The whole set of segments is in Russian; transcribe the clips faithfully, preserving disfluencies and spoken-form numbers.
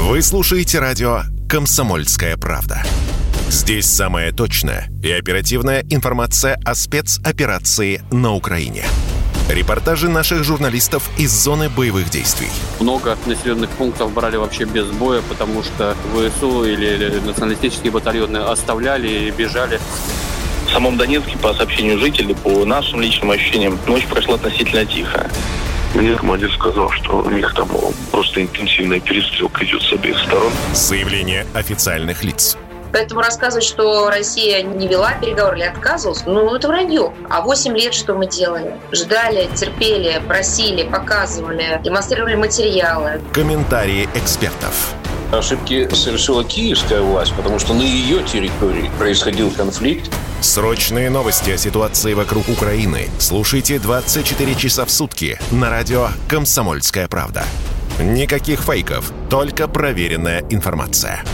Вы слушаете радио «Комсомольская правда». Здесь самая точная и оперативная информация о спецоперации на Украине. Репортажи наших журналистов из зоны боевых действий. Много населенных пунктов брали вообще без боя, потому что ВСУ или, или националистические батальоны оставляли и бежали. В самом Донецке, по сообщению жителей, по нашим личным ощущениям, ночь прошла относительно тихо. Мне командир сказал, что у них там просто интенсивная перестрелка идет с обеих сторон. Заявление официальных лиц. Поэтому рассказывать, что Россия не вела переговоры или отказывалась, ну, это вранье. А восемь лет что мы делали? Ждали, терпели, просили, показывали, демонстрировали материалы. Комментарии экспертов. Ошибки совершила киевская власть, потому что на ее территории происходил конфликт. Срочные новости о ситуации вокруг Украины слушайте двадцать четыре часа в сутки на радио «Комсомольская правда». Никаких фейков, только проверенная информация.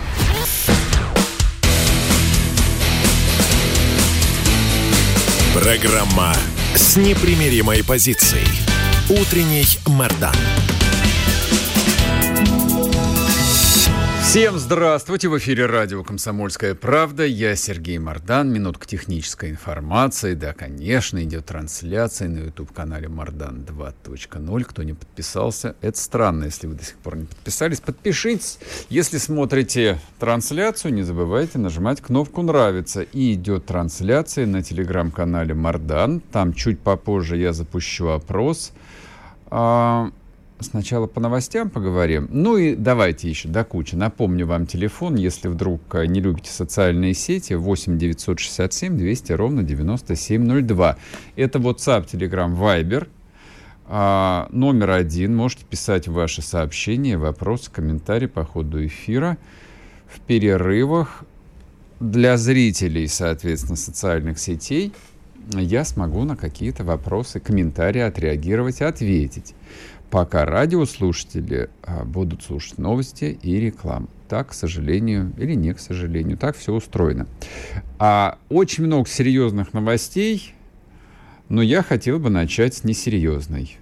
Программа с непримиримой позицией. Утренний Мардан. Всем здравствуйте! В эфире радио «Комсомольская правда». Я Сергей Мардан. Минутка технической информации. Да, конечно, идет трансляция на YouTube-канале Мардан два точка ноль. Кто не подписался, это странно, если вы до сих пор не подписались. Подпишитесь. Если смотрите трансляцию, не забывайте нажимать кнопку «Нравится». И идет трансляция на телеграм-канале Мардан. Там чуть попозже я запущу опрос. Сначала по новостям поговорим. Ну и давайте еще до кучи. Напомню вам телефон, если вдруг не любите социальные сети, восемь девятьсот шестьдесят семь двести ровно девяносто семь ноль два. Это WhatsApp, Telegram, Viber. А, номер один. Можете писать ваши сообщения, вопросы, комментарии по ходу эфира. В перерывах для зрителей, соответственно, социальных сетей я смогу на какие-то вопросы, комментарии отреагировать и ответить. Пока радиослушатели а, будут слушать новости и рекламу. Так, к сожалению, или не к сожалению, так все устроено. А очень много серьезных новостей, но я хотел бы начать с несерьезной.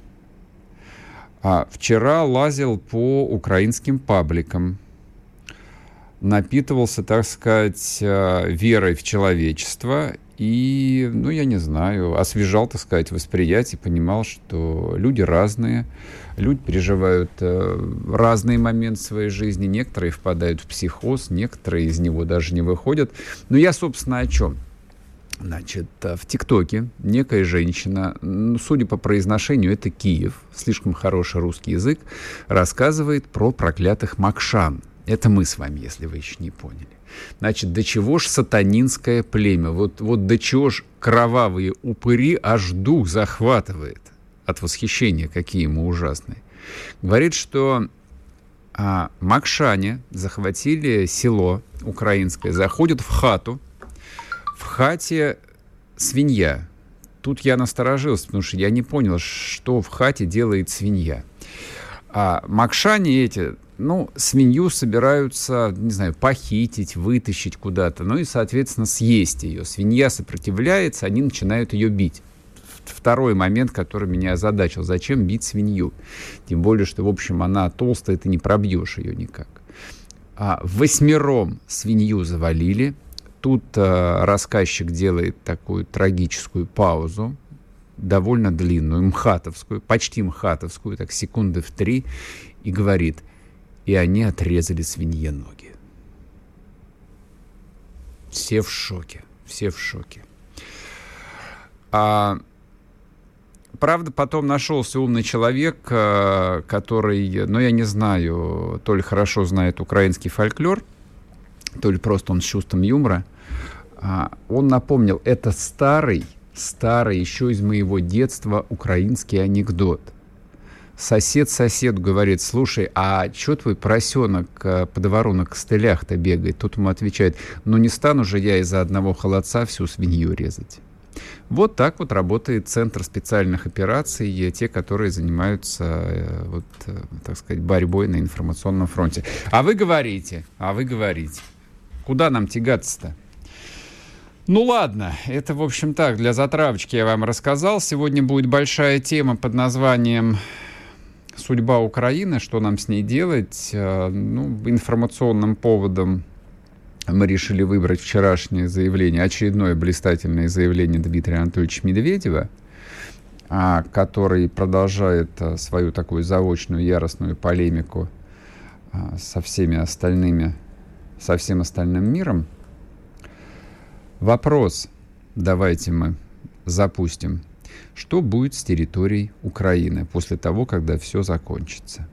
А, вчера лазил по украинским пабликам, напитывался, так сказать, верой в человечество и, ну, я не знаю, освежал, так сказать, восприятие, понимал, что люди разные, люди переживают э, разные моменты своей жизни, некоторые впадают в психоз, некоторые из него даже не выходят. Но я, собственно, о чем? Значит, в ТикТоке некая женщина, ну, судя по произношению, это Киев, слишком хороший русский язык, рассказывает про проклятых макшан. Это мы с вами, если вы еще не поняли. Значит, до чего ж сатанинское племя, вот, вот до чего ж кровавые упыри аж дух захватывает от восхищения, какие мы ужасные. Говорит, что а, макшане захватили село украинское, заходят в хату, в хате свинья. Тут я насторожился, потому что я не понял, что в хате делает свинья. А макшане эти... Ну, свинью собираются, не знаю, похитить, вытащить куда-то, ну и, соответственно, съесть ее. Свинья сопротивляется, они начинают ее бить. Второй момент, который меня озадачил. Зачем бить свинью? Тем более, что, в общем, она толстая, ты не пробьешь ее никак. А восьмером свинью завалили. Тут а, рассказчик делает такую трагическую паузу, довольно длинную, мхатовскую, почти мхатовскую, так секунды в три, и говорит... И они отрезали свинье ноги. Все в шоке. Все в шоке. А, правда, потом нашелся умный человек, который, ну, я не знаю, то ли хорошо знает украинский фольклор, то ли просто он с чувством юмора. А, он напомнил, это старый, старый, еще из моего детства украинский анекдот. Сосед соседу говорит: слушай, а что твой поросенок по двору на костылях-то бегает? Тот ему отвечает: ну не стану же я из-за одного холодца всю свинью резать. Вот так вот работает Центр специальных операций, те, которые занимаются, вот, так сказать, борьбой на информационном фронте. А вы говорите, а вы говорите, куда нам тягаться-то? Ну ладно, это, в общем, так, для затравочки я вам рассказал. Сегодня будет большая тема под названием судьба Украины, что нам с ней делать? Ну, информационным поводом мы решили выбрать вчерашнее заявление, очередное блистательное заявление Дмитрия Анатольевича Медведева, который продолжает свою такую заочную яростную полемику со всеми остальными, со всем остальным миром. Вопрос давайте мы запустим. Что будет с территорией Украины после того, когда все закончится?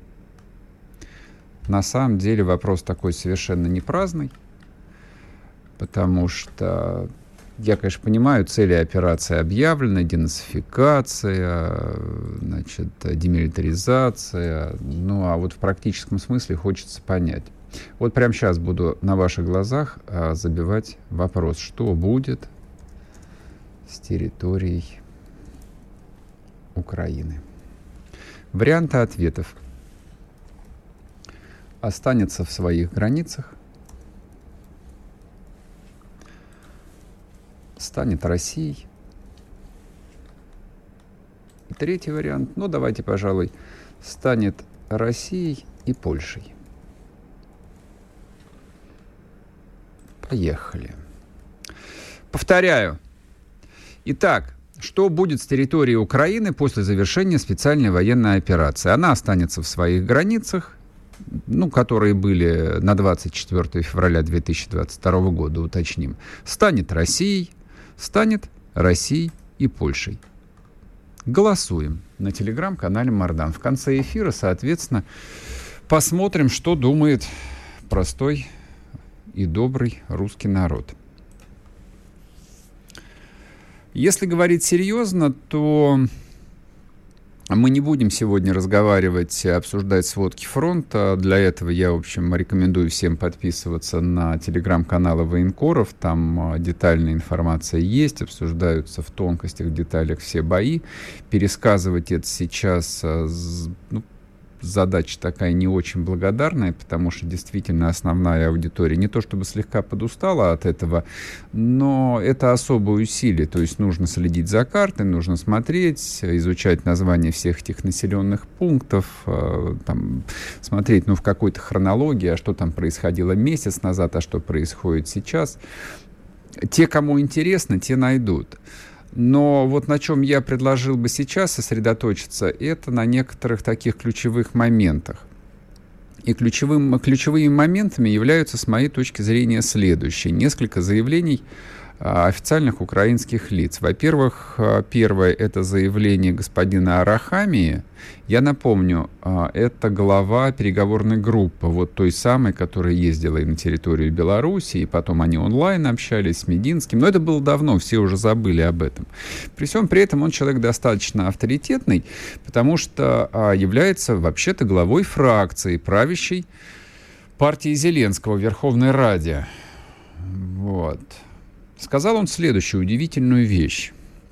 На самом деле вопрос такой совершенно не праздный, потому что я, конечно, понимаю, цели операции объявлены: денацификация, значит, демилитаризация. Ну, а вот в практическом смысле хочется понять. Вот прямо сейчас буду на ваших глазах а, забивать вопрос, что будет с территорией Украины. Варианты ответов: останется в своих границах, станет Россией. И третий вариант, ну давайте, пожалуй, станет Россией и Польшей. Поехали. Повторяю. Итак, что будет с территорией Украины после завершения специальной военной операции? Она останется в своих границах, ну, которые были на двадцать четвёртого февраля две тысячи двадцать второго года, уточним. Станет Россией, станет Россией и Польшей. Голосуем на телеграм-канале Мардан. В конце эфира, соответственно, посмотрим, что думает простой и добрый русский народ. Если говорить серьезно, то мы не будем сегодня разговаривать, обсуждать сводки фронта. Для этого я, в общем, рекомендую всем подписываться на телеграм-каналы военкоров. Там детальная информация есть, обсуждаются в тонкостях, в деталях все бои. Пересказывать это сейчас, ну, задача такая не очень благодарная, потому что действительно основная аудитория не то чтобы слегка подустала от этого, но это особое усилие, то есть нужно следить за картой, нужно смотреть, изучать названия всех этих населенных пунктов, там, смотреть, ну, в какой-то хронологии, а что там происходило месяц назад, а что происходит сейчас. Те, кому интересно, те найдут. Но вот на чем я предложил бы сейчас сосредоточиться, это на некоторых таких ключевых моментах. И ключевым, ключевыми моментами являются, с моей точки зрения, следующие. Несколько заявлений а, официальных украинских лиц. Во-первых, а, первое — это заявление господина Арахамии. Я напомню, а, это глава переговорной группы, вот той самой, которая ездила и на территорию Беларуси, и потом они онлайн общались с Мединским. Но это было давно, все уже забыли об этом. При всем при этом он человек достаточно авторитетный, потому что а, является вообще-то главой фракции правящей партии Зеленского в Верховной Раде. Вот. Сказал он следующую удивительную вещь.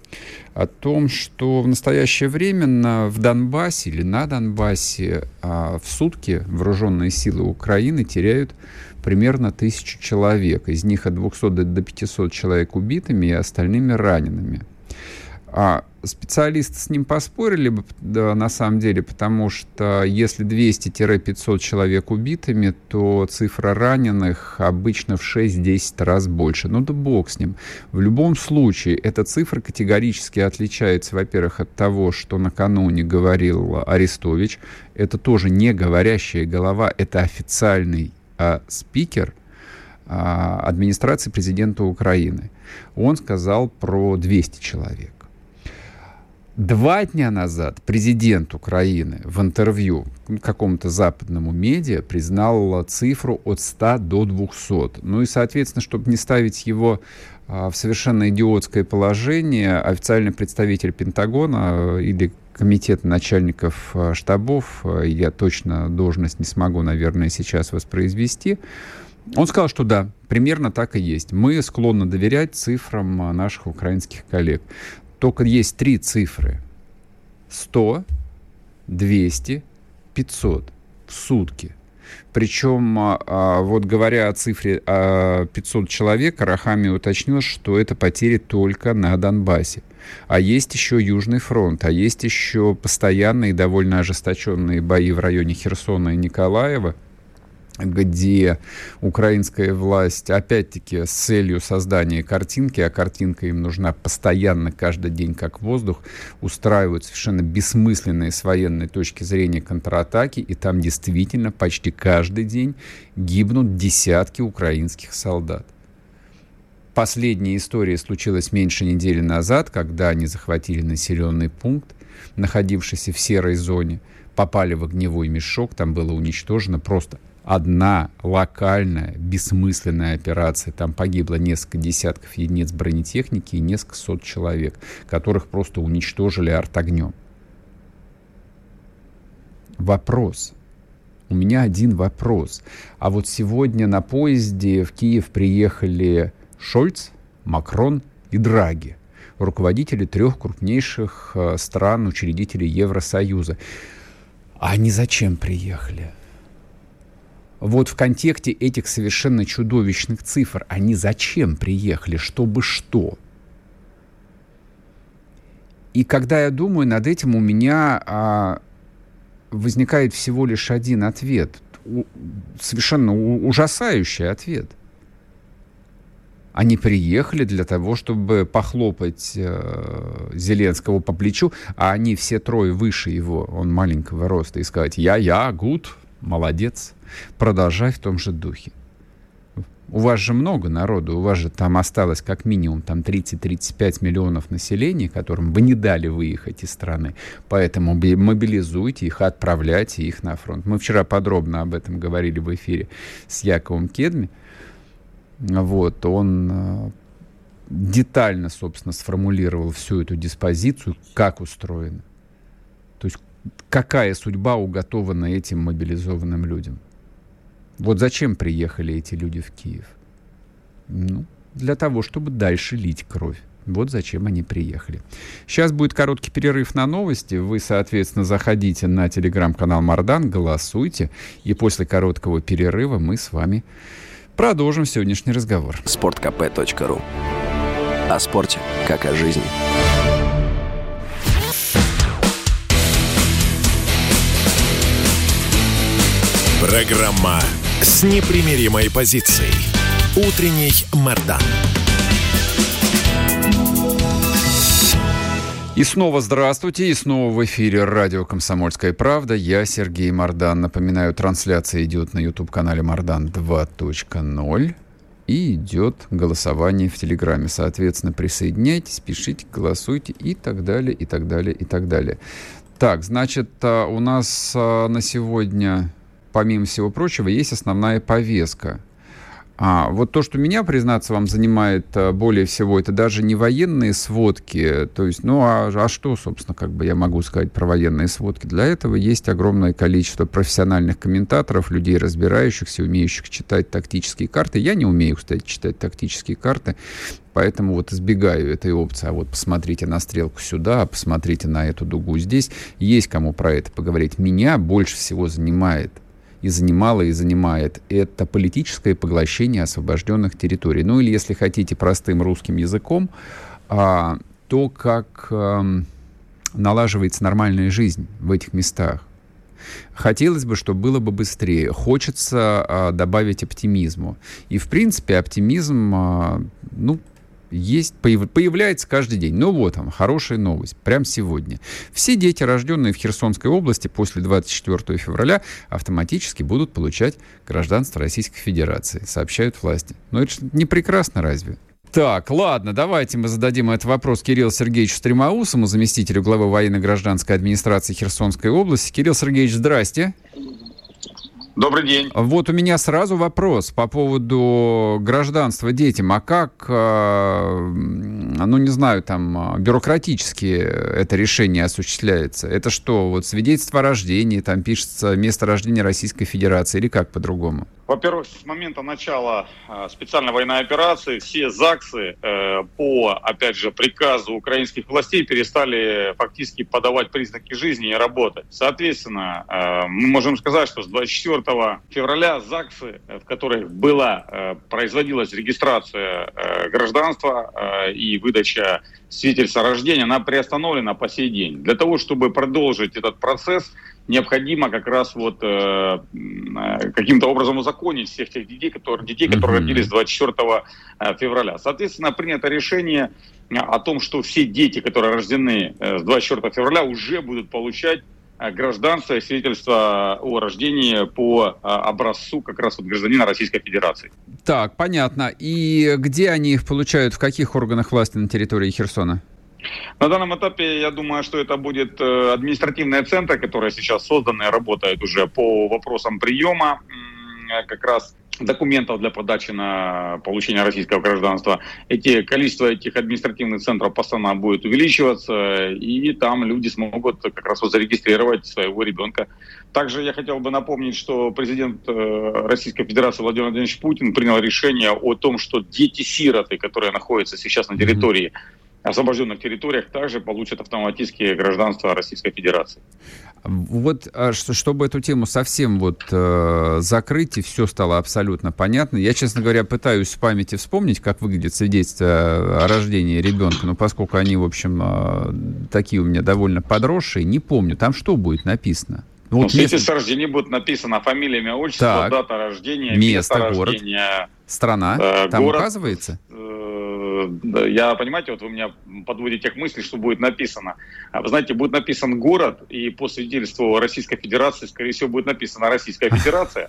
О том, что в настоящее время на, в Донбассе или на Донбассе а, в сутки вооруженные силы Украины теряют примерно тысячу человек. Из них от двухсот до пятисот человек убитыми и остальными ранеными. А специалисты с ним поспорили бы, да, на самом деле, потому что если двести-пятьсот человек убитыми, то цифра раненых обычно в шесть-десять раз больше. Ну да бог с ним. В любом случае, эта цифра категорически отличается, во-первых, от того, что накануне говорил Арестович. Это тоже не говорящая голова, это официальный а, спикер а, администрации президента Украины. Он сказал про двести человек. Два дня назад президент Украины в интервью какому-то западному медиа признал цифру от ста до двухсот. Ну и, соответственно, чтобы не ставить его а, в совершенно идиотское положение, официальный представитель Пентагона или комитета начальников а, штабов, а, я точно должность не смогу, наверное, сейчас воспроизвести, он сказал, что да, примерно так и есть. Мы склонны доверять цифрам а, наших украинских коллег. Только есть три цифры. сто, двести, пятьсот в сутки. Причем, вот говоря о цифре пятьсот человек, Арахамия уточнил, что это потери только на Донбассе. А есть еще Южный фронт, а есть еще постоянные и довольно ожесточенные бои в районе Херсона и Николаева, где украинская власть, опять-таки, с целью создания картинки, а картинка им нужна постоянно, каждый день, как воздух, устраивают совершенно бессмысленные с военной точки зрения контратаки, и там действительно почти каждый день гибнут десятки украинских солдат. Последняя история случилась меньше недели назад, когда они захватили населенный пункт, находившийся в серой зоне, попали в огневой мешок, там было уничтожено просто одна локальная, бессмысленная операция. Там погибло несколько десятков единиц бронетехники и несколько сот человек, которых просто уничтожили артогнем. Вопрос. У меня один вопрос. А вот сегодня на поезде в Киев приехали Шольц, Макрон и Драги, руководители трех крупнейших стран, учредителей Евросоюза. А они зачем приехали? Вот в контексте этих совершенно чудовищных цифр, они зачем приехали, чтобы что? И когда я думаю над этим, у меня а, возникает всего лишь один ответ, у, совершенно у, ужасающий ответ. Они приехали для того, чтобы похлопать э, Зеленского по плечу, а они все трое выше его, он маленького роста, и сказать «я-я, гуд». Молодец. Продолжай в том же духе. У вас же много народу, у вас же там осталось как минимум там тридцать-тридцать пять миллионов населения, которым вы не дали выехать из страны. Поэтому мобилизуйте их, отправляйте их на фронт. Мы вчера подробно об этом говорили в эфире с Яковом Кедми. Вот, он детально, собственно, сформулировал всю эту диспозицию, как устроено. То есть какая судьба уготована этим мобилизованным людям? Вот зачем приехали эти люди в Киев? Ну, для того, чтобы дальше лить кровь. Вот зачем они приехали. Сейчас будет короткий перерыв на новости. Вы, соответственно, заходите на телеграм-канал Мардан, голосуйте. И после короткого перерыва мы с вами продолжим сегодняшний разговор. спорт кей пи точка ру. О спорте, как о жизни. Программа с непримиримой позицией. Утренний Мардан. И снова здравствуйте, и снова в эфире радио «Комсомольская правда». Я Сергей Мардан. Напоминаю, трансляция идет на YouTube-канале Мардан два точка ноль. И идет голосование в Телеграме. Соответственно, присоединяйтесь, пишите, голосуйте и так далее, и так далее, и так далее. Так, значит, у нас на сегодня, помимо всего прочего, есть основная повестка. А, вот то, что меня, признаться вам, занимает более всего, это даже не военные сводки. То есть, ну, а, а что, собственно, как бы я могу сказать про военные сводки? Для этого есть огромное количество профессиональных комментаторов, людей, разбирающихся, умеющих читать тактические карты. Я не умею, кстати, читать тактические карты, поэтому вот избегаю этой опции. А вот посмотрите на стрелку сюда, посмотрите на эту дугу здесь. Есть кому про это поговорить. Меня больше всего занимает и занимало, и занимает, это политическое поглощение освобожденных территорий. Ну или, если хотите, простым русским языком, а, то, как а, налаживается нормальная жизнь в этих местах. Хотелось бы, чтобы было бы быстрее. Хочется а, добавить оптимизму. И, в принципе, оптимизм, а, ну, есть, появляется каждый день. Ну вот там, хорошая новость, прямо сегодня. Все дети, рожденные в Херсонской области после двадцать четвёртого февраля, автоматически будут получать гражданство Российской Федерации, сообщают власти. Но это же не прекрасно разве? Так, ладно, давайте мы зададим этот вопрос Кириллу Сергеевичу Стремоусову, заместителю главы военно-гражданской администрации Херсонской области. Кирилл Сергеевич, здрасте. Добрый день. Вот у меня сразу вопрос по поводу гражданства детям. А как, ну не знаю, там бюрократически это решение осуществляется? Это что, вот свидетельство о рождении, там пишется место рождения Российской Федерации или как по-другому? Во-первых, с момента начала э, специальной военной операции все ЗАГСы э, по, опять же, приказу украинских властей перестали фактически подавать признаки жизни и работать. Соответственно, э, мы можем сказать, что с двадцать четвёртого февраля ЗАГСы, в которых была, э, производилась регистрация э, гражданства э, и выдача свидетельства о рождении, она приостановлена по сей день. Для того, чтобы продолжить этот процесс, необходимо как раз вот э, каким-то образом узаконить всех тех детей, которые, детей, которые mm-hmm. родились двадцать четвёртого февраля. Соответственно, принято решение о том, что все дети, которые рождены с двадцать четвёртого февраля, уже будут получать гражданство и свидетельство о рождении по образцу как раз вот гражданина Российской Федерации. Так, понятно. И где они их получают, в каких органах власти на территории Херсона? На данном этапе, я думаю, что это будет административные центры, которые сейчас созданы, работают уже по вопросам приема как раз документов для подачи на получение российского гражданства. Эти, количество этих административных центров постоянно будет увеличиваться, и там люди смогут как раз вот зарегистрировать своего ребенка. Также я хотел бы напомнить, что президент Российской Федерации Владимир Владимирович Путин принял решение о том, что дети-сироты, которые находятся сейчас на территории, освобожденных территориях, также получат автоматически гражданство Российской Федерации. Вот, чтобы эту тему совсем вот э, закрыть, и все стало абсолютно понятно, я, честно говоря, пытаюсь в памяти вспомнить, как выглядит свидетельство о рождении ребенка, но поскольку они, в общем, э, такие у меня довольно подросшие, не помню, там что будет написано? Ну, вот свидетельство о рождении будет написано фамилия, имя, отчество, так, дата рождения, место, место город, рождения, страна, э, там город, указывается? Я, понимаете, вот вы меня подводите к мысли, что будет написано. Вы знаете, будет написан город, и по свидетельству Российской Федерации, скорее всего, будет написана Российская Федерация.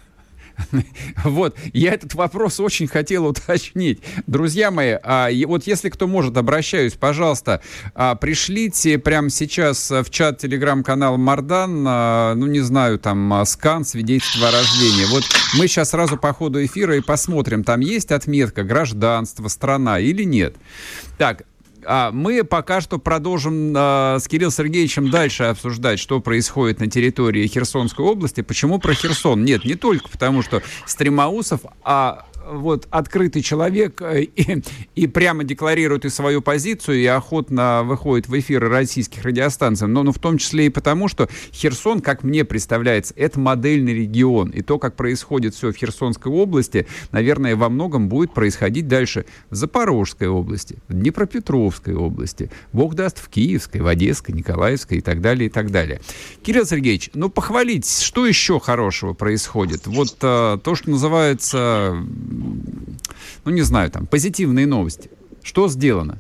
Вот, я этот вопрос очень хотел уточнить. Друзья мои, а, и вот если кто может, обращаюсь, пожалуйста, а, пришлите прямо сейчас в чат телеграм-канала Мардан, а, ну, не знаю, там, скан свидетельства о рождении. Вот мы сейчас сразу по ходу эфира и посмотрим, там есть отметка гражданство, страна или нет. Так, А мы пока что продолжим э, с Кириллом Сергеевичем дальше обсуждать, что происходит на территории Херсонской области. Почему про Херсон? Нет, не только потому, что Стремоусов, а вот открытый человек и, и прямо декларирует и свою позицию, и охотно выходит в эфиры российских радиостанций, но, но в том числе и потому, что Херсон, как мне представляется, это модельный регион, и то, как происходит все в Херсонской области, наверное, во многом будет происходить дальше в Запорожской области, в Днепропетровской области, бог даст, в Киевской, в Одесской, Николаевской и так далее, и так далее. Кирилл Сергеевич, ну, похвалить, что еще хорошего происходит? Вот а, то, что называется... ну, не знаю, там, позитивные новости. Что сделано?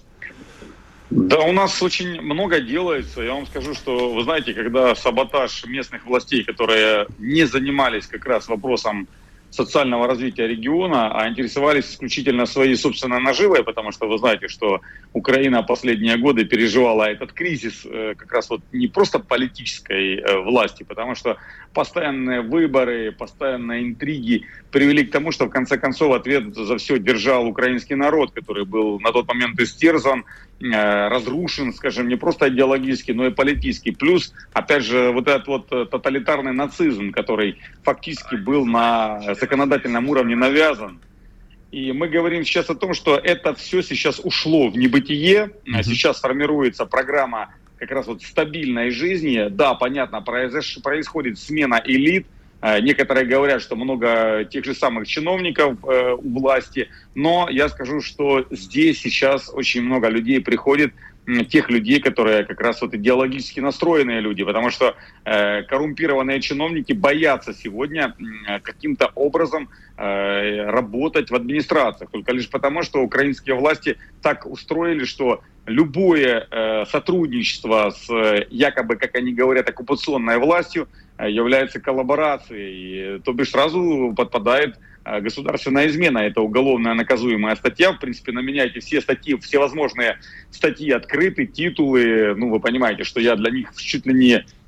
Да, у нас очень много делается. Я вам скажу, что, вы знаете, когда саботаж местных властей, которые не занимались как раз вопросом социального развития региона, а интересовались исключительно своей собственной наживой, потому что вы знаете, что Украина последние годы переживала этот кризис как раз вот не просто политической власти, потому что постоянные выборы, постоянные интриги привели к тому, что в конце концов ответ за все держал украинский народ, который был на тот момент истерзан, разрушен, скажем, не просто идеологически, но и политически. Плюс, опять же, вот этот вот тоталитарный нацизм, который фактически был на законодательном уровне навязан. И мы говорим сейчас о том, что это все сейчас ушло в небытие. Mm-hmm. Сейчас формируется программа как раз вот стабильной жизни. Да, понятно, произош... происходит смена элит. Некоторые говорят, что много тех же самых чиновников э, у власти, но я скажу, что здесь сейчас очень много людей приходит, э, тех людей, которые как раз вот идеологически настроенные люди, потому что э, коррумпированные чиновники боятся сегодня э, каким-то образом э, работать в администрациях, только лишь потому, что украинские власти так устроили, что любое э, сотрудничество с э, якобы, как они говорят, оккупационной властью э, является коллаборацией, то бишь сразу подпадает э, государственная измена. Это уголовная наказуемая статья. В принципе, на меня эти все статьи, все возможные статьи открыты, титулы. Ну, вы понимаете, что я для них чуть ли не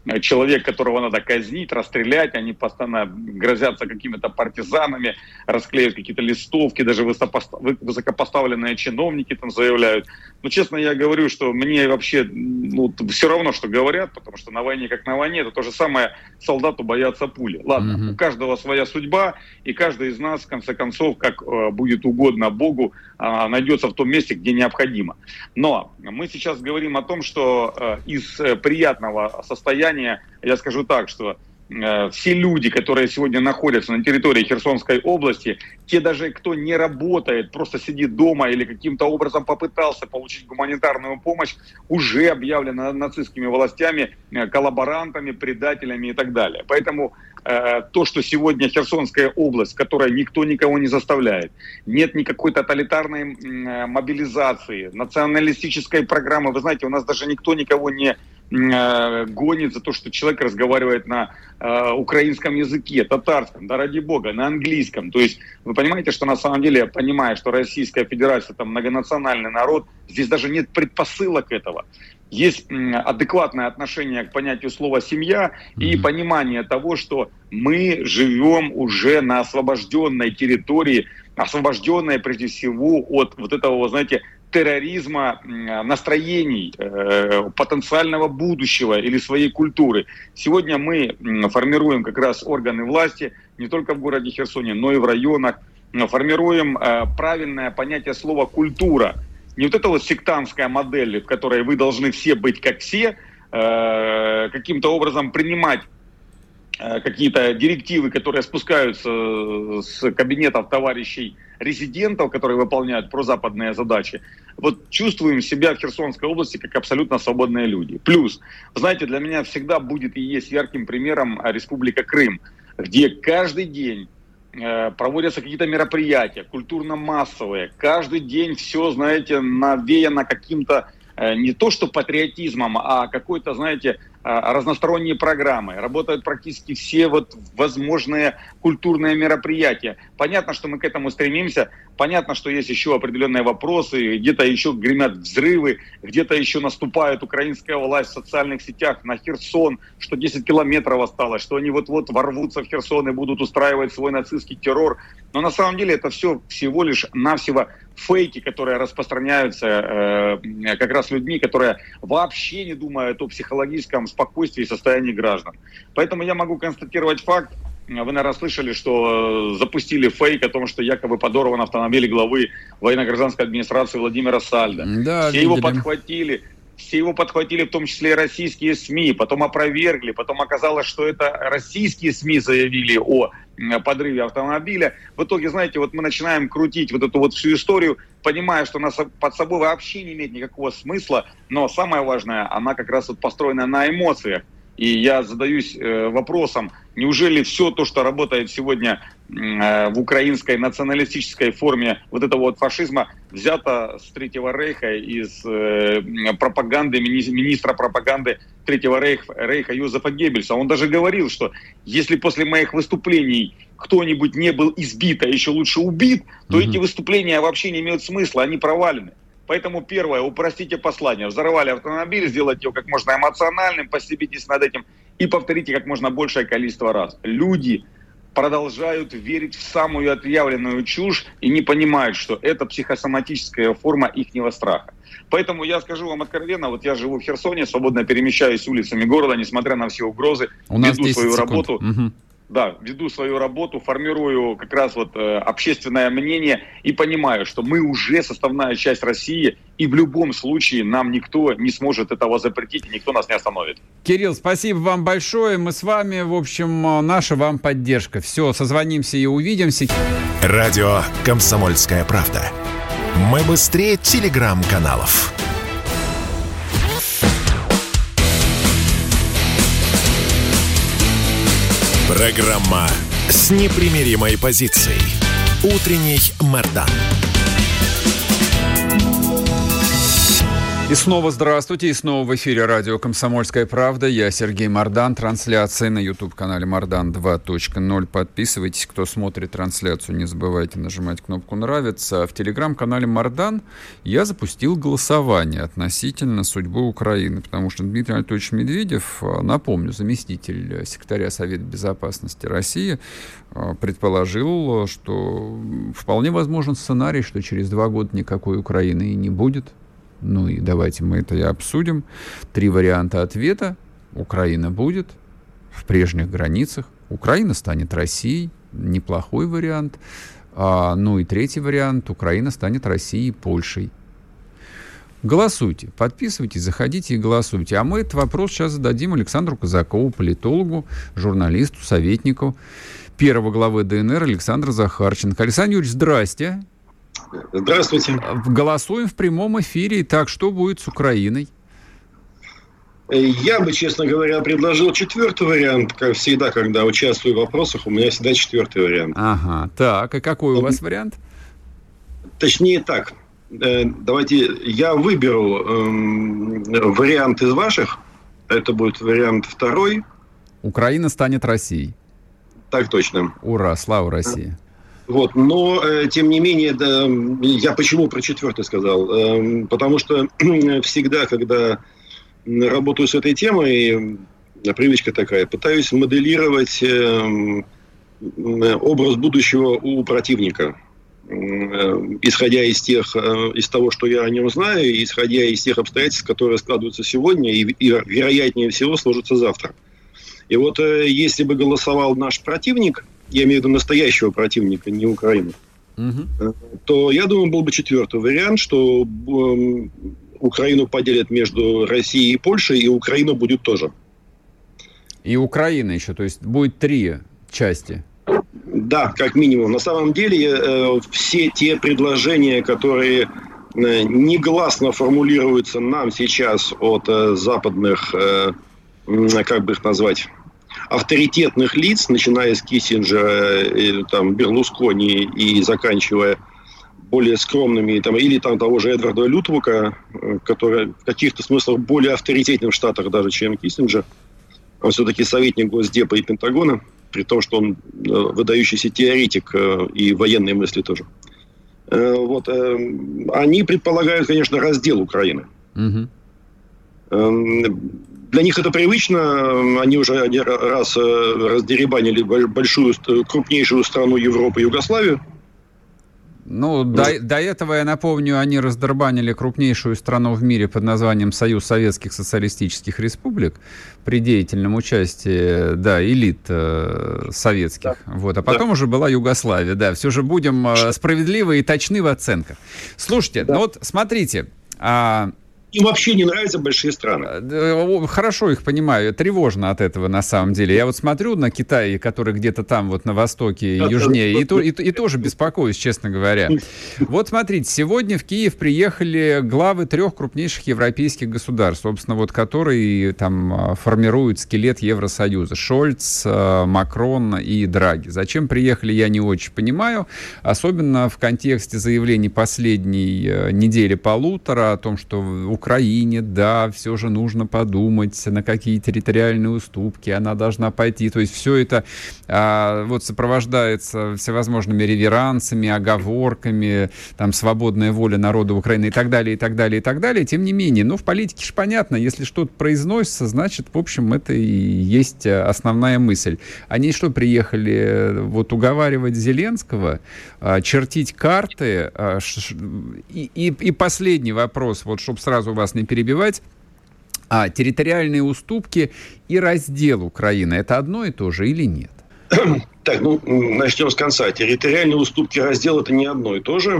человек, которого надо казнить, расстрелять, они постоянно грозятся какими-то партизанами, расклеивают какие-то листовки, даже высокопоставленные чиновники там заявляют. Но, честно, я говорю, что мне вообще ну, все равно, что говорят, потому что на войне как на войне, это то же самое, солдату боятся пули. Ладно, mm-hmm. у каждого своя судьба, и каждый из нас, в конце концов, как э, будет угодно Богу, э, найдется в том месте, где необходимо. Но мы сейчас говорим о том, что э, из э, приятного состояния, я скажу так, что э, все люди, которые сегодня находятся на территории Херсонской области, те даже, кто не работает, просто сидит дома или каким-то образом попытался получить гуманитарную помощь, уже объявлены нацистскими властями э, коллаборантами, предателями и так далее. Поэтому э, то, что сегодня Херсонская область, в которой никто никого не заставляет, нет никакой тоталитарной э, мобилизации, националистической программы, вы знаете, у нас даже никто никого не гонит за то, что человек разговаривает на э, украинском языке, татарском, да ради бога, на английском. То есть вы понимаете, что на самом деле, понимая, что Российская Федерация там многонациональный народ, здесь даже нет предпосылок этого. Есть м, адекватное отношение к понятию слова «семья» и понимание того, что мы живем уже на освобожденной территории, освобожденной прежде всего от вот этого, знаете, терроризма, настроений, потенциального будущего или своей культуры. Сегодня мы формируем как раз органы власти не только в городе Херсоне, но и в районах. Формируем правильное понятие слова «культура». Не вот эта вот сектантская модель, в которой вы должны все быть как все, каким-то образом принимать какие-то директивы, которые спускаются с кабинетов товарищей резидентов, которые выполняют прозападные задачи. Вот чувствуем себя в Херсонской области как абсолютно свободные люди. Плюс, знаете, для меня всегда будет и есть ярким примером Республика Крым, где каждый день э, проводятся какие-то мероприятия, культурно-массовые. Каждый день все, знаете, навеяно каким-то э, не то что патриотизмом, а какой-то, знаете, разносторонние программы, работают практически все вот возможные культурные мероприятия. Понятно, что мы к этому стремимся, понятно, что есть еще определенные вопросы, где-то еще гремят взрывы, где-то еще наступает украинская власть в социальных сетях на Херсон, что десять километров осталось, что они вот-вот ворвутся в Херсон и будут устраивать свой нацистский террор. Но на самом деле это все всего лишь навсего фейки, которые распространяются э, как раз людьми, которые вообще не думают о психологическом спокойствии и состоянии граждан. Поэтому я могу констатировать факт. Вы, наверное, слышали, что запустили фейк о том, что якобы подорван автомобиль главы военно-гражданской администрации Владимира Сальдо. Да, все видели. его подхватили. Все его подхватили, в том числе и российские СМИ, потом опровергли, потом оказалось, что это российские СМИ заявили о подрыве автомобиля. В итоге, знаете, вот мы начинаем крутить вот эту вот всю историю, понимая, что она под собой вообще не имеет никакого смысла, но самое важное, она как раз вот построена на эмоциях. И я задаюсь э, вопросом, неужели все то, что работает сегодня э, в украинской националистической форме вот этого вот фашизма, взято с Третьего Рейха, из э, пропаганды, мини- министра пропаганды Третьего Рейха, Рейха Йозефа Геббельса. Он даже говорил, что если после моих выступлений кто-нибудь не был избит, а еще лучше убит, то mm-hmm. эти выступления вообще не имеют смысла, они провалены. Поэтому первое, упростите послание. Взорвали автомобиль, сделайте его как можно эмоциональным, постебитесь над этим и повторите как можно большее количество раз. Люди продолжают верить в самую отъявленную чушь и не понимают, что это психосоматическая форма ихнего страха. Поэтому я скажу вам откровенно, вот я живу в Херсоне, свободно перемещаюсь улицами города, несмотря на все угрозы, веду свою секунд. работу. Угу. Да, веду свою работу, формирую как раз вот э, общественное мнение и понимаю, что мы уже составная часть России, и в любом случае нам никто не сможет этого запретить, и никто нас не остановит. Кирилл, спасибо вам большое. Мы с вами, в общем, наша вам поддержка. Все, созвонимся и увидимся. Радио «Комсомольская правда». Мы быстрее телеграм-каналов. Программа с непримиримой позицией. Утренний Мордан. И снова здравствуйте, и снова в эфире радио «Комсомольская правда». Я Сергей Мордан. Трансляция на YouTube-канале Мордан два точка ноль. Подписывайтесь, кто смотрит трансляцию. Не забывайте нажимать кнопку «Нравится». В телеграм-канале Мордан я запустил голосование относительно судьбы Украины, потому что Дмитрий Анатольевич Медведев, напомню, заместитель секретаря Совета Безопасности России, предположил, что вполне возможен сценарий, что через два года никакой Украины и не будет. Ну и давайте мы это и обсудим. Три варианта ответа. Украина будет в прежних границах. Украина станет Россией. Неплохой вариант. А, ну и третий вариант. Украина станет Россией и Польшей. Голосуйте, подписывайтесь, заходите и голосуйте. А мы этот вопрос сейчас зададим Александру Казакову, политологу, журналисту, советнику первого главы ДНР Александра Захарченко. Александр Юрьевич, здрасте. Здравствуйте. Голосуем в прямом эфире. Итак, что будет с Украиной? Я бы, честно говоря, предложил четвертый вариант. Как всегда, когда участвую в вопросах, у меня всегда четвертый вариант. Ага, так. И какой у вас вариант? Точнее так. Давайте я выберу э, вариант из ваших. Это будет вариант второй. Украина станет Россией. Так точно. Ура, слава России. Вот, но, э, тем не менее, да, я почему про четвертый сказал? Э, потому что всегда, когда работаю с этой темой, привычка такая, пытаюсь моделировать э, образ будущего у противника. Э, исходя из тех, э, из того, что я о нем знаю, исходя из тех обстоятельств, которые складываются сегодня и, и вероятнее всего сложатся завтра. И вот э, если бы голосовал наш противник, я имею в виду настоящего противника, не Украину, угу. то, я думаю, был бы четвертый вариант, что э, Украину поделят между Россией и Польшей, и Украина будет тоже. И Украина еще, то есть будет три части. Да, как минимум. На самом деле э, все те предложения, которые э, негласно формулируются нам сейчас от э, западных, э, как бы их назвать, авторитетных лиц, начиная с Киссинджера, и, там, Берлускони и заканчивая более скромными, там, или там, того же Эдварда Лютвука, который в каких-то смыслах более авторитетен в Штатах даже, чем Киссинджер. Он все-таки советник Госдепа и Пентагона, при том, что он выдающийся теоретик и военной мысли тоже. Вот. Они предполагают, конечно, раздел Украины. Угу. Для них это привычно. Они уже один раз раздеребанили большую, крупнейшую страну Европы, Югославию. Ну, до, до этого, я напомню, они раздербанили крупнейшую страну в мире под названием Союз Советских Социалистических Республик при деятельном участии, да, элит э, советских. Да. Вот. А потом да. уже была Югославия. Да, все же будем э, справедливы и точны в оценках. Слушайте, да. ну вот смотрите... А... Им вообще не нравятся большие страны. Хорошо их понимаю. Тревожно от этого на самом деле. Я вот смотрю на Китай, который где-то там вот на востоке, да, южнее, да, и, то, и, и тоже беспокоюсь, честно говоря. Вот смотрите, сегодня в Киев приехали главы трех крупнейших европейских государств, собственно, вот которые там формируют скелет Евросоюза. Шольц, Макрон и Драги. Зачем приехали, я не очень понимаю. Особенно в контексте заявлений последней недели-полутора о том, что в Украине, да, все же нужно подумать, на какие территориальные уступки она должна пойти. То есть все это а, вот сопровождается всевозможными реверансами, оговорками, там, свободная воля народа Украины и так далее, и так далее, и так далее. Тем не менее, ну, в политике же понятно, если что-то произносится, значит, в общем, это и есть основная мысль. Они что, приехали вот уговаривать Зеленского, а, чертить карты? А, ш, и, и, и последний вопрос, вот, чтобы сразу вас не перебивать. А территориальные уступки и раздел Украины — это одно и то же или нет? Так, ну, начнем с конца. Территориальные уступки и раздел — это не одно и то же.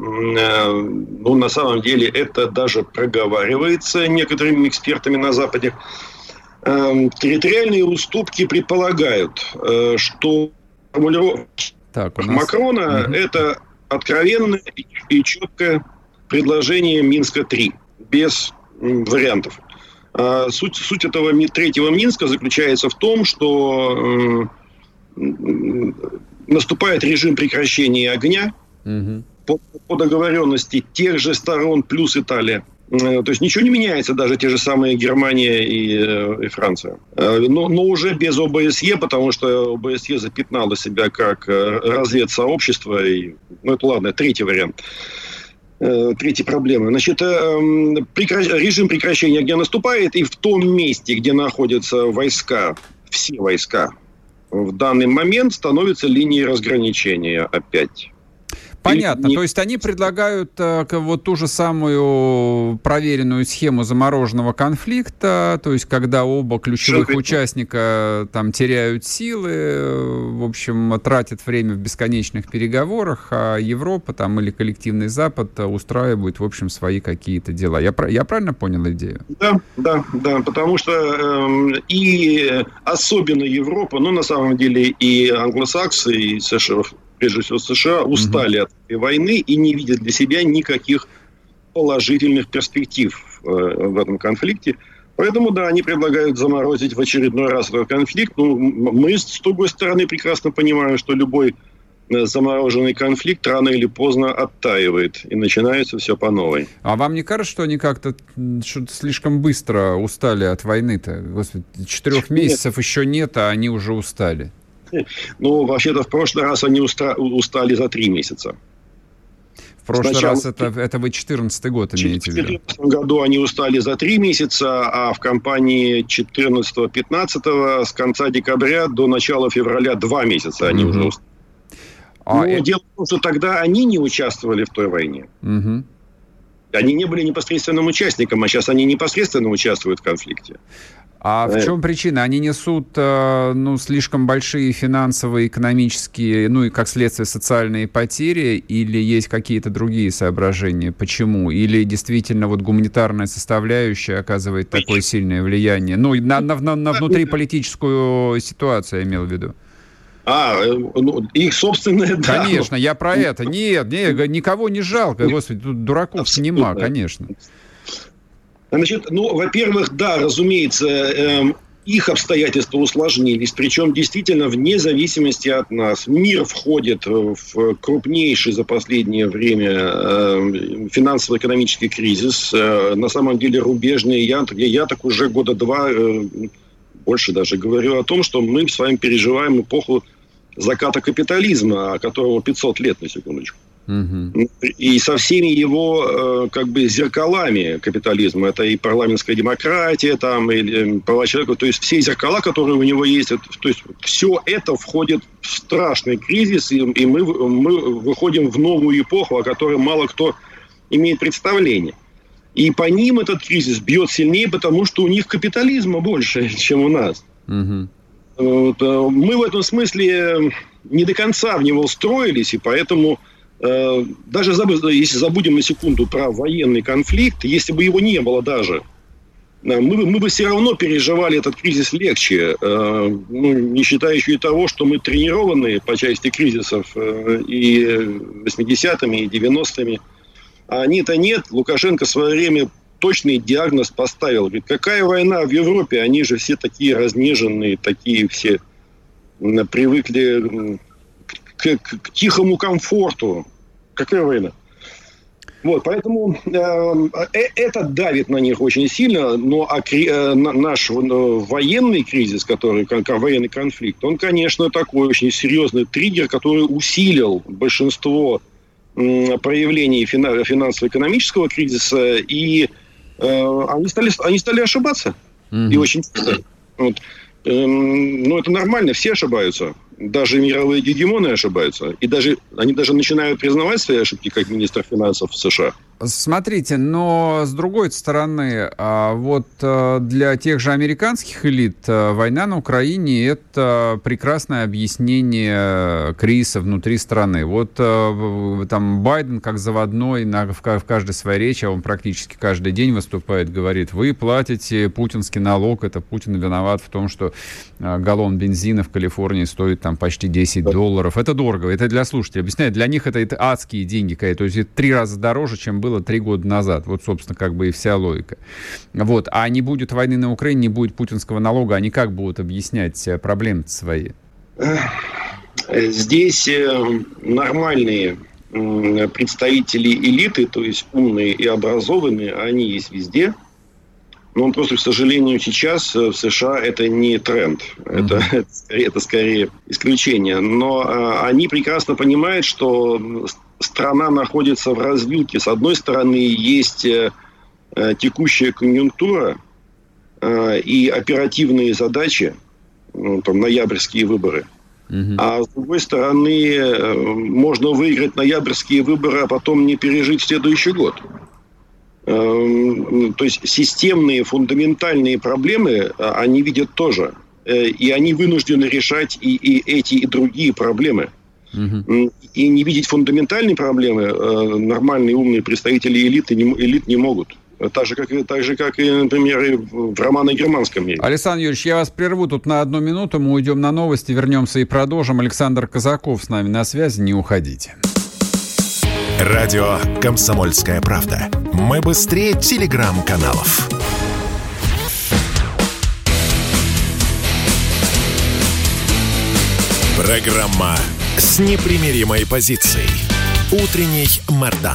Ну, на самом деле, это даже проговаривается некоторыми экспертами на Западе. Территориальные уступки предполагают, что формулировка нас... Макрона угу. — это откровенное и четкое предложение Минска-три. Без вариантов. А суть, суть этого третьего Минска заключается в том, что э, наступает режим прекращения огня угу. по, по договоренности тех же сторон плюс Италия. То есть ничего не меняется, даже те же самые Германия и, и Франция. Но, но уже без ОБСЕ, потому что ОБСЕ запятнало себя как разведсообщество. И, ну, это ладно, третий вариант. Третья проблема. Значит, прекра... режим прекращения огня наступает, и в том месте, где находятся войска, все войска, в данный момент становится линией разграничения опять. Понятно. Не... То есть они предлагают э, вот ту же самую проверенную схему замороженного конфликта, то есть когда оба ключевых Шо участника там теряют силы, в общем, тратят время в бесконечных переговорах, а Европа там или коллективный Запад устраивают, в общем, свои какие-то дела. Я, я правильно понял идею? Да, да, да, потому что э, и особенно Европа, но на самом деле и англосаксы, и США, прежде всего США, устали mm-hmm. от этой войны и не видят для себя никаких положительных перспектив э, в этом конфликте. Поэтому, да, они предлагают заморозить в очередной раз этот конфликт. Ну, мы, с другой стороны, прекрасно понимаем, что любой э, замороженный конфликт рано или поздно оттаивает, и начинается все по новой. А вам не кажется, что они как-то что-то слишком быстро устали от войны-то? Господи, четырех месяцев нет. еще нет, а они уже устали. Ну, вообще-то, в прошлый раз они уста- устали за три месяца. В прошлый Сначала... раз это, это вы четырнадцатый год имеете в виду? В две тысячи четырнадцатом году они устали за три месяца, а в кампании четырнадцатого-пятнадцатого с конца декабря до начала февраля два месяца они mm-hmm. уже устали. А Но это... дело в том, что тогда они не участвовали в той войне. Mm-hmm. Они не были непосредственным участником, а сейчас они непосредственно участвуют в конфликте. А в чем причина? Они несут ну, слишком большие финансовые, экономические, ну и, как следствие, социальные потери, или есть какие-то другие соображения? Почему? Или действительно вот гуманитарная составляющая оказывает такое сильное влияние? Ну, на, на, на, на внутриполитическую ситуацию я имел в виду. А, ну, их собственное, да. Конечно, я про это. Нет, нет, никого не жалко. Господи, тут дураков нема, конечно. Значит, ну, во-первых, да, разумеется, э, их обстоятельства усложнились, причем действительно вне зависимости от нас. Мир входит в крупнейший за последнее время э, финансово-экономический кризис, э, на самом деле рубежный. Я, я так уже года два, э, больше даже, говорю о том, что мы с вами переживаем эпоху заката капитализма, которого пятьсот лет, на секундочку. Uh-huh. И со всеми его как бы зеркалами капитализма. Это и парламентская демократия, там, и права человека. То есть все зеркала, которые у него есть, это, то есть все это входит в страшный кризис, и, и мы, мы выходим в новую эпоху, о которой мало кто имеет представление. И по ним этот кризис бьет сильнее, потому что у них капитализма больше, чем у нас. Uh-huh. Вот, мы в этом смысле не до конца в него встроились, и поэтому даже если забудем на секунду про военный конфликт, если бы его не было даже, мы, мы бы все равно переживали этот кризис легче, ну, не считая еще и того, что мы тренированные по части кризисов и восьмидесятыми, и девяностыми, а они-то нет. Лукашенко в свое время точный диагноз поставил. Говорит, какая война в Европе? Они же все такие разнеженные, такие все привыкли к, к, к тихому комфорту. Какая война? Вот, поэтому э, это давит на них очень сильно, но а, э, наш э, военный кризис, который, как, военный конфликт, он, конечно, такой очень серьезный триггер, который усилил большинство э, проявлений фина- финансово-экономического кризиса, и э, они, стали, они стали ошибаться. Mm-hmm. И очень часто. Вот. Э, ну, это нормально, все ошибаются. Даже мировые гегемоны ошибаются. И даже они даже начинают признавать свои ошибки, как министр финансов США. Смотрите, но с другой стороны, вот для тех же американских элит война на Украине — это прекрасное объяснение кризиса внутри страны. Вот там Байден как заводной в каждой своей речи, а он практически каждый день выступает, говорит: вы платите путинский налог, это Путин виноват в том, что галлон бензина в Калифорнии стоит там почти десять долларов. Это дорого, это для слушателей. Объясняю, для них это, это адские деньги, то есть это три раза дороже, чем было три года назад. Вот, собственно, как бы и вся логика. Вот. А не будет войны на Украине, не будет путинского налога, они как будут объяснять проблемы свои? Здесь нормальные представители элиты, то есть умные и образованные, они есть везде. Но просто, к сожалению, сейчас в США это не тренд. Mm-hmm. Это, это, скорее, это скорее исключение. Но а, они прекрасно понимают, что страна находится в развилке. С одной стороны, есть а, текущая конъюнктура а, и оперативные задачи, ну, там, ноябрьские выборы. Mm-hmm. А с другой стороны, а, можно выиграть ноябрьские выборы, а потом не пережить следующий год. То есть системные, фундаментальные проблемы они видят тоже. И они вынуждены решать и, и эти, и другие проблемы. Угу. И не видеть фундаментальные проблемы нормальные, умные представители элиты не, элит не могут. Так же, как, так же, как и, например, и в романо-германском мире. Александр Юрьевич, я вас прерву тут на одну минуту. Мы уйдем на новости, вернемся и продолжим. Александр Казаков с нами на связи. Не уходите. Радио «Комсомольская правда». Мы быстрее телеграм-каналов. Программа с непримиримой позицией. Утренний Мардан.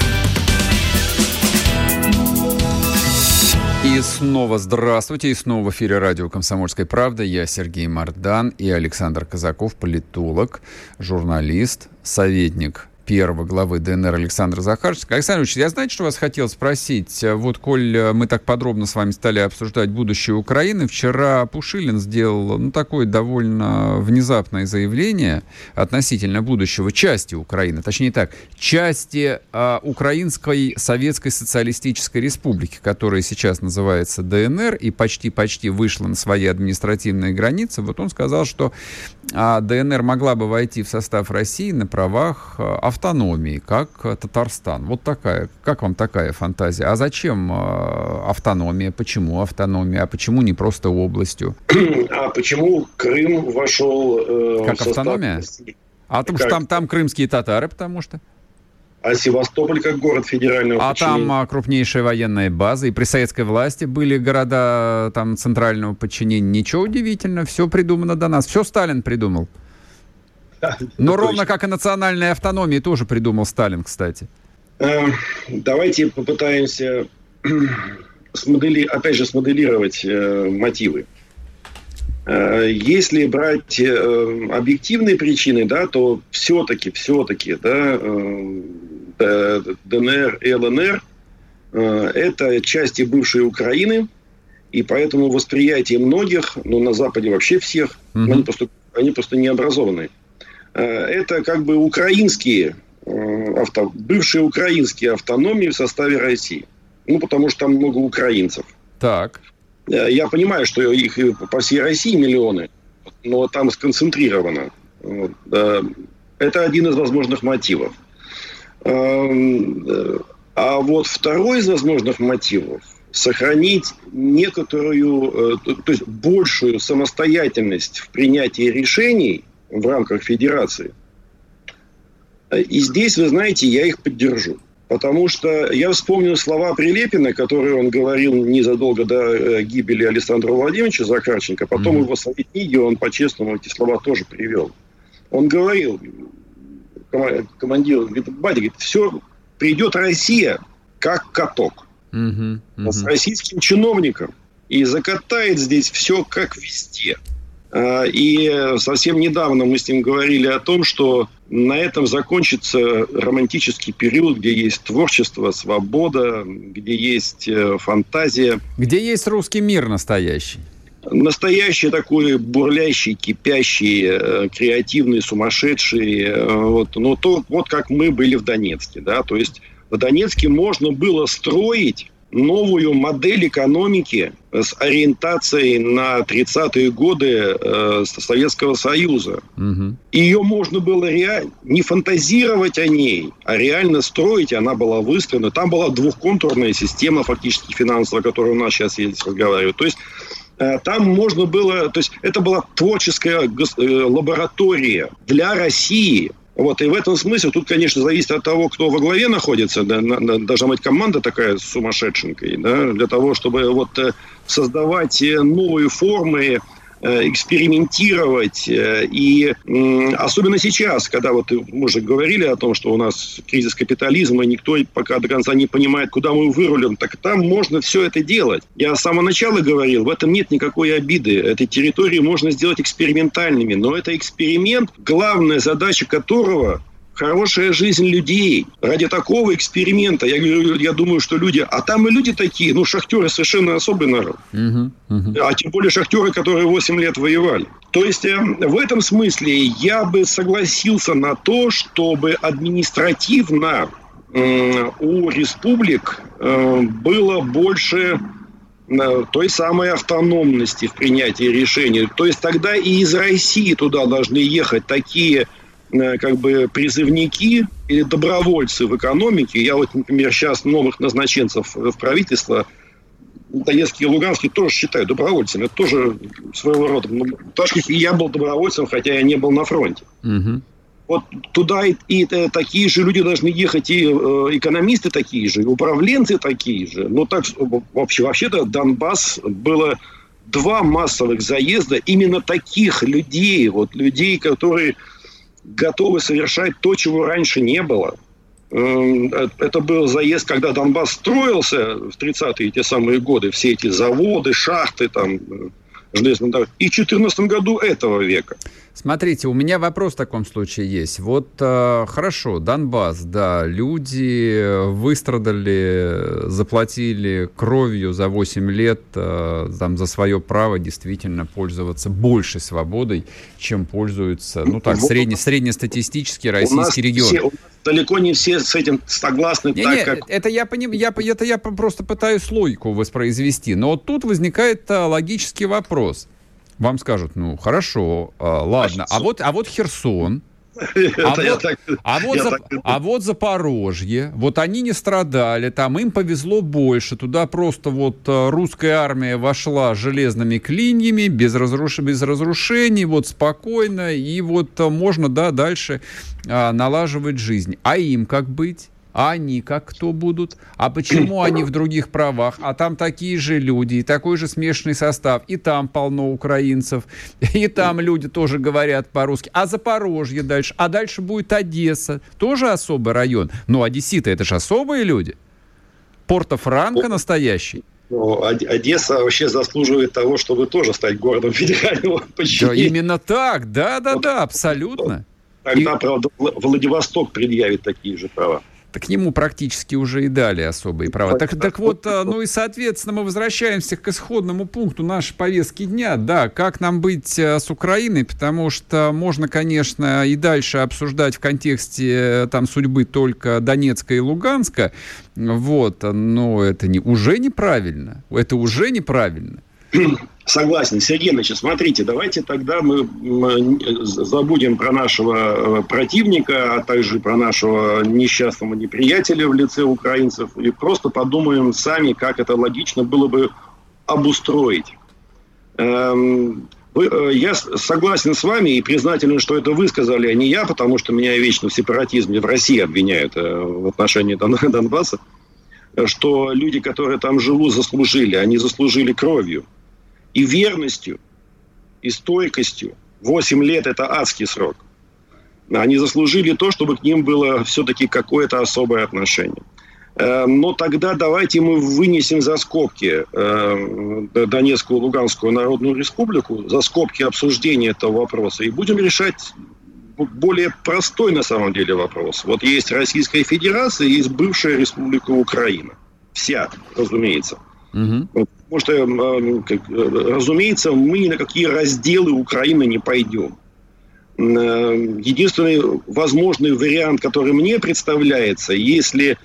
И снова здравствуйте. И снова в эфире радио «Комсомольская правда». Я Сергей Мардан и Александр Казаков, политолог, журналист, советник первого главы ДНР Александра Захарченко. Александр Ильич, я, знаете, что вас хотел спросить? Вот, коль мы так подробно с вами стали обсуждать будущее Украины, вчера Пушилин сделал, ну, такое довольно внезапное заявление относительно будущего части Украины, точнее так, части а, Украинской Советской Социалистической Республики, которая сейчас называется ДНР и почти-почти вышла на свои административные границы. Вот он сказал, что а, ДНР могла бы войти в состав России на правах а, автономии, как Татарстан. Вот такая. Как вам такая фантазия? А зачем э, автономия? Почему автономия? А почему не просто областью? А почему Крым вошел э, как в состав автономия? России? А потому что там, там крымские татары, потому что? А Севастополь как город федерального а подчинения? А там крупнейшая военная база. И при советской власти были города там центрального подчинения. Ничего удивительного. Все придумано до нас. Все Сталин придумал. Но ну, ровно как и национальная автономия тоже придумал Сталин, кстати. Давайте попытаемся смодели... опять же смоделировать э, мотивы. Э, если брать э, объективные причины, да, то все-таки, все-таки, да, э, ДНР и ЛНР э, это части бывшей Украины, и поэтому восприятие многих, ну на Западе вообще всех, mm-hmm. они просто, они просто не образованные. Это как бы украинские, авто, бывшие украинские автономии в составе России. Ну, потому что там много украинцев. Так. Я понимаю, что их по всей России миллионы, но там сконцентрировано. Это один из возможных мотивов. А вот второй из возможных мотивов – сохранить некоторую, то есть большую самостоятельность в принятии решений в рамках федерации. И здесь, вы знаете, я их поддержу. Потому что я вспомнил слова Прилепина, которые он говорил незадолго до гибели Александра Владимировича Захарченко. Потом mm-hmm. его в своей книге он по-честному эти слова тоже привел. Он говорил, командир, говорит, батя, говорит, все, придет Россия как каток. Mm-hmm. Mm-hmm. С российским чиновником. И закатает здесь все как везде. И совсем недавно мы с ним говорили о том, что на этом закончится романтический период, где есть творчество, свобода, где есть фантазия. Где есть русский мир настоящий. Настоящий такой бурлящий, кипящий, креативный, сумасшедший. Вот, но то, вот как мы были в Донецке. Да? То есть в Донецке можно было строить новую модель экономики с ориентацией на тридцатые годы э, Советского Союза. Угу. Ее можно было реально не фантазировать о ней, а реально строить. Она была выстроена. Там была двухконтурная система фактически финансовая, которая у нас сейчас есть, разговаривают. То есть э, там можно было... То есть это была творческая э, лаборатория для России. Вот, и в этом смысле тут, конечно, зависит от того, кто во главе находится. Да, на, на, должна быть команда такая с сумасшедшенькой, да, для того, чтобы вот, создавать новые формы экспериментировать. И особенно сейчас, когда вот мы уже говорили о том, что у нас кризис капитализма, и никто пока до конца не понимает, куда мы вырулим, так там можно все это делать. Я с самого начала говорил, в этом нет никакой обиды. Эти территории можно сделать экспериментальными, но это эксперимент, главная задача которого хорошая жизнь людей. Ради такого эксперимента, я говорю, я думаю, что люди... А там и люди такие, ну, шахтеры совершенно особый народ. Uh-huh, uh-huh. А тем более шахтеры, которые восемь лет воевали. То есть, э, в этом смысле я бы согласился на то, чтобы административно э, у республик э, было больше э, той самой автономности в принятии решений. То есть, тогда и из России туда должны ехать такие... как бы призывники или добровольцы в экономике. Я вот, например, сейчас новых назначенцев в правительство Донецкий и Луганский тоже считаю добровольцами. Это тоже своего рода. Так как и я был добровольцем, хотя я не был на фронте. Угу. Вот туда и, и такие же люди должны ехать, и э, экономисты такие же, и управленцы такие же. Ну, так вообще, вообще-то Донбасс было два массовых заезда именно таких людей, вот людей, которые готовы совершать то, чего раньше не было. Это был заезд, когда Донбасс строился в тридцатые те самые годы, все эти заводы, шахты, там, железные дороги. И в четырнадцатом году этого века. Смотрите, у меня вопрос в таком случае есть. Вот э, хорошо, Донбасс, да, люди выстрадали, заплатили кровью за восемь лет э, там, за свое право действительно пользоваться большей свободой, чем пользуются, ну так, вот, средне, среднестатистический российский регион. Все, далеко не все с этим согласны. Не, так не, как... Это я понимаю, я, это я просто пытаюсь логику воспроизвести. Но вот тут возникает а, логический вопрос. Вам скажут, ну, хорошо, а, ладно, а вот, а вот Херсон, а вот, так, а, вот за, так... а вот Запорожье, вот они не страдали, там им повезло больше, туда просто вот русская армия вошла железными клиньями, без, разруш... без разрушений, вот спокойно, и вот можно, да, дальше а, налаживать жизнь. А им как быть? А они как кто будут? А почему они в других правах? А там такие же люди, и такой же смешанный состав, и там полно украинцев, и там люди тоже говорят по-русски. А Запорожье дальше? А дальше будет Одесса, тоже особый район. Но одесситы — это же особые люди. Порто-Франко настоящий. Ну, Одесса вообще заслуживает того, чтобы тоже стать городом федерального подчинения. Да, именно так, да-да-да, абсолютно. Тогда, и... правда, Владивосток предъявит такие же права. К нему практически уже и дали особые права. Так, так вот, ну и, соответственно, мы возвращаемся к исходному пункту нашей повестки дня. Да, как нам быть с Украиной, потому что можно, конечно, и дальше обсуждать в контексте там судьбы только Донецка и Луганска, вот, но это не, уже неправильно. Это уже неправильно. Согласен. Сергей Ильич, смотрите, давайте тогда мы забудем про нашего противника, а также про нашего несчастного неприятеля в лице украинцев и просто подумаем сами, как это логично было бы обустроить. Я согласен с вами и признателен, что это вы сказали, а не я, потому что меня вечно в сепаратизме в России обвиняют в отношении Донбасса, что люди, которые там живут, заслужили. Они заслужили кровью. И верностью, и стойкостью. Восемь лет – это адский срок. Они заслужили то, чтобы к ним было все-таки какое-то особое отношение. Но тогда давайте мы вынесем за скобки Донецкую и Луганскую Народную Республику, за скобки обсуждения этого вопроса, и будем решать более простой на самом деле вопрос. Вот есть Российская Федерация, есть бывшая Республика Украина. Вся, разумеется. Угу. Потому что, разумеется, мы ни на какие разделы Украины не пойдем. Единственный возможный вариант, который мне представляется, если,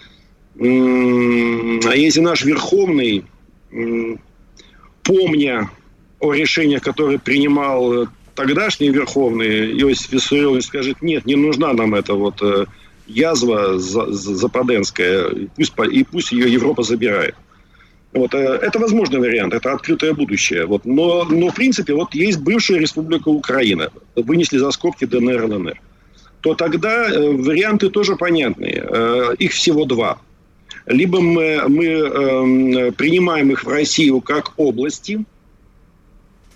если наш Верховный, помня о решениях, которые принимал тогдашний Верховный, Иосиф Виссарионович, скажет: нет, не нужна нам эта вот язва западенская, и пусть, и пусть ее Европа забирает. Вот, это возможный вариант, это открытое будущее. Вот, но, но, в принципе, вот есть бывшая Республика Украина, вынесли за скобки ДНР, ЛНР. То тогда варианты тоже понятные. Их всего два. Либо мы, мы принимаем их в Россию как области,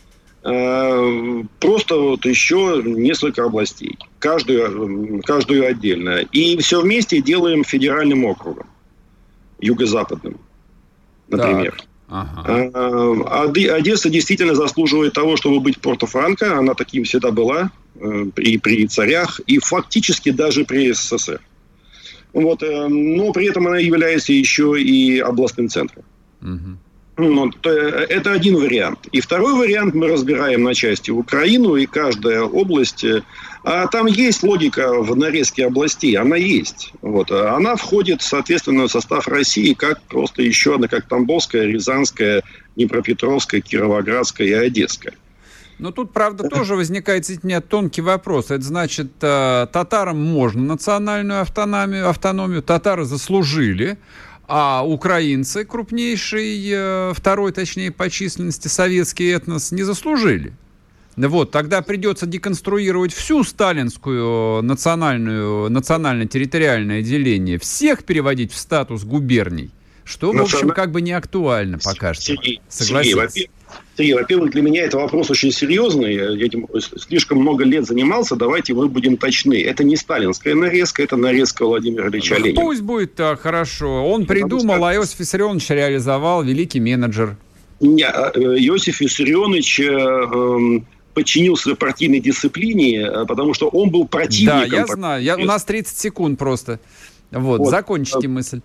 просто вот еще несколько областей, каждую, каждую отдельно. И все вместе делаем федеральным округом, юго-западным, например. Так. Ага. Одесса действительно заслуживает того, чтобы быть Порто-Франко. Она таким всегда была и при царях, и фактически даже при СССР. Вот. Но при этом она является еще и областным центром. Угу. Ну, это один вариант. И второй вариант мы разбираем на части Украину, и каждая область... А там есть логика в нарезке областей, она есть. Вот. Она входит, соответственно, в состав России как просто еще одна, как Тамбовская, Рязанская, Днепропетровская, Кировоградская и Одесская. Но тут, правда, тоже возникает у меня тонкий вопрос. Это значит, татарам можно национальную автономию, автономию, татары заслужили, а украинцы, крупнейший, второй, точнее, по численности советский этнос, не заслужили. Вот, тогда придется деконструировать всю сталинскую национальную, национально-территориальное деление, всех переводить в статус губерний, что, в общем, как бы не актуально пока что. Сергей, Сергей, Сергей, во-первых, для меня это вопрос очень серьезный. Я этим слишком много лет занимался. Давайте мы будем точны. Это не сталинская нарезка, это нарезка Владимира Ильича Ленина. Пусть будет так, хорошо. Он придумал, а Иосиф Виссарионович реализовал, великий менеджер. Иосиф Виссарионович... Э, подчинился партийной дисциплине, потому что он был противником... Да, я знаю. Я, у нас тридцать секунд просто. Вот, вот. Закончите мысль.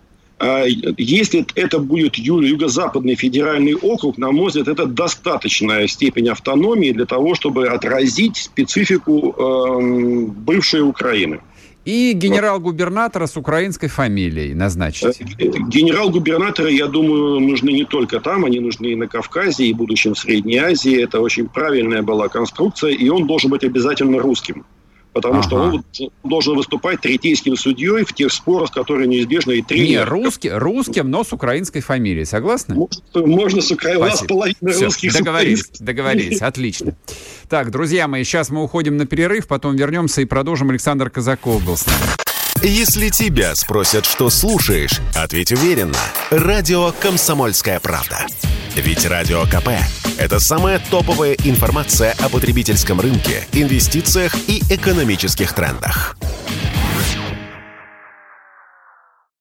Если это будет юго-западный федеральный округ, на мой взгляд, это достаточная степень автономии для того, чтобы отразить специфику э, бывшей Украины. И генерал-губернатора с украинской фамилией назначить. Генерал-губернаторы, я думаю, нужны не только там, они нужны и на Кавказе, и в будущем в Средней Азии. Это очень правильная была конструкция, и он должен быть обязательно русским. Потому ага. что он должен выступать третейским судьей в тех спорах, которые неизбежны. И три не, русский, русским, но с украинской фамилией. Согласны? Можно, можно с украинской. У нас половина Все, русских. Договорились, договорились. Отлично. Так, друзья мои, сейчас мы уходим на перерыв, потом вернемся и продолжим. Александр Казаков был с нами. Если тебя спросят, что слушаешь, ответь уверенно. Радио «Комсомольская правда». Ведь Радио КП – это самая топовая информация о потребительском рынке, инвестициях и экономических трендах.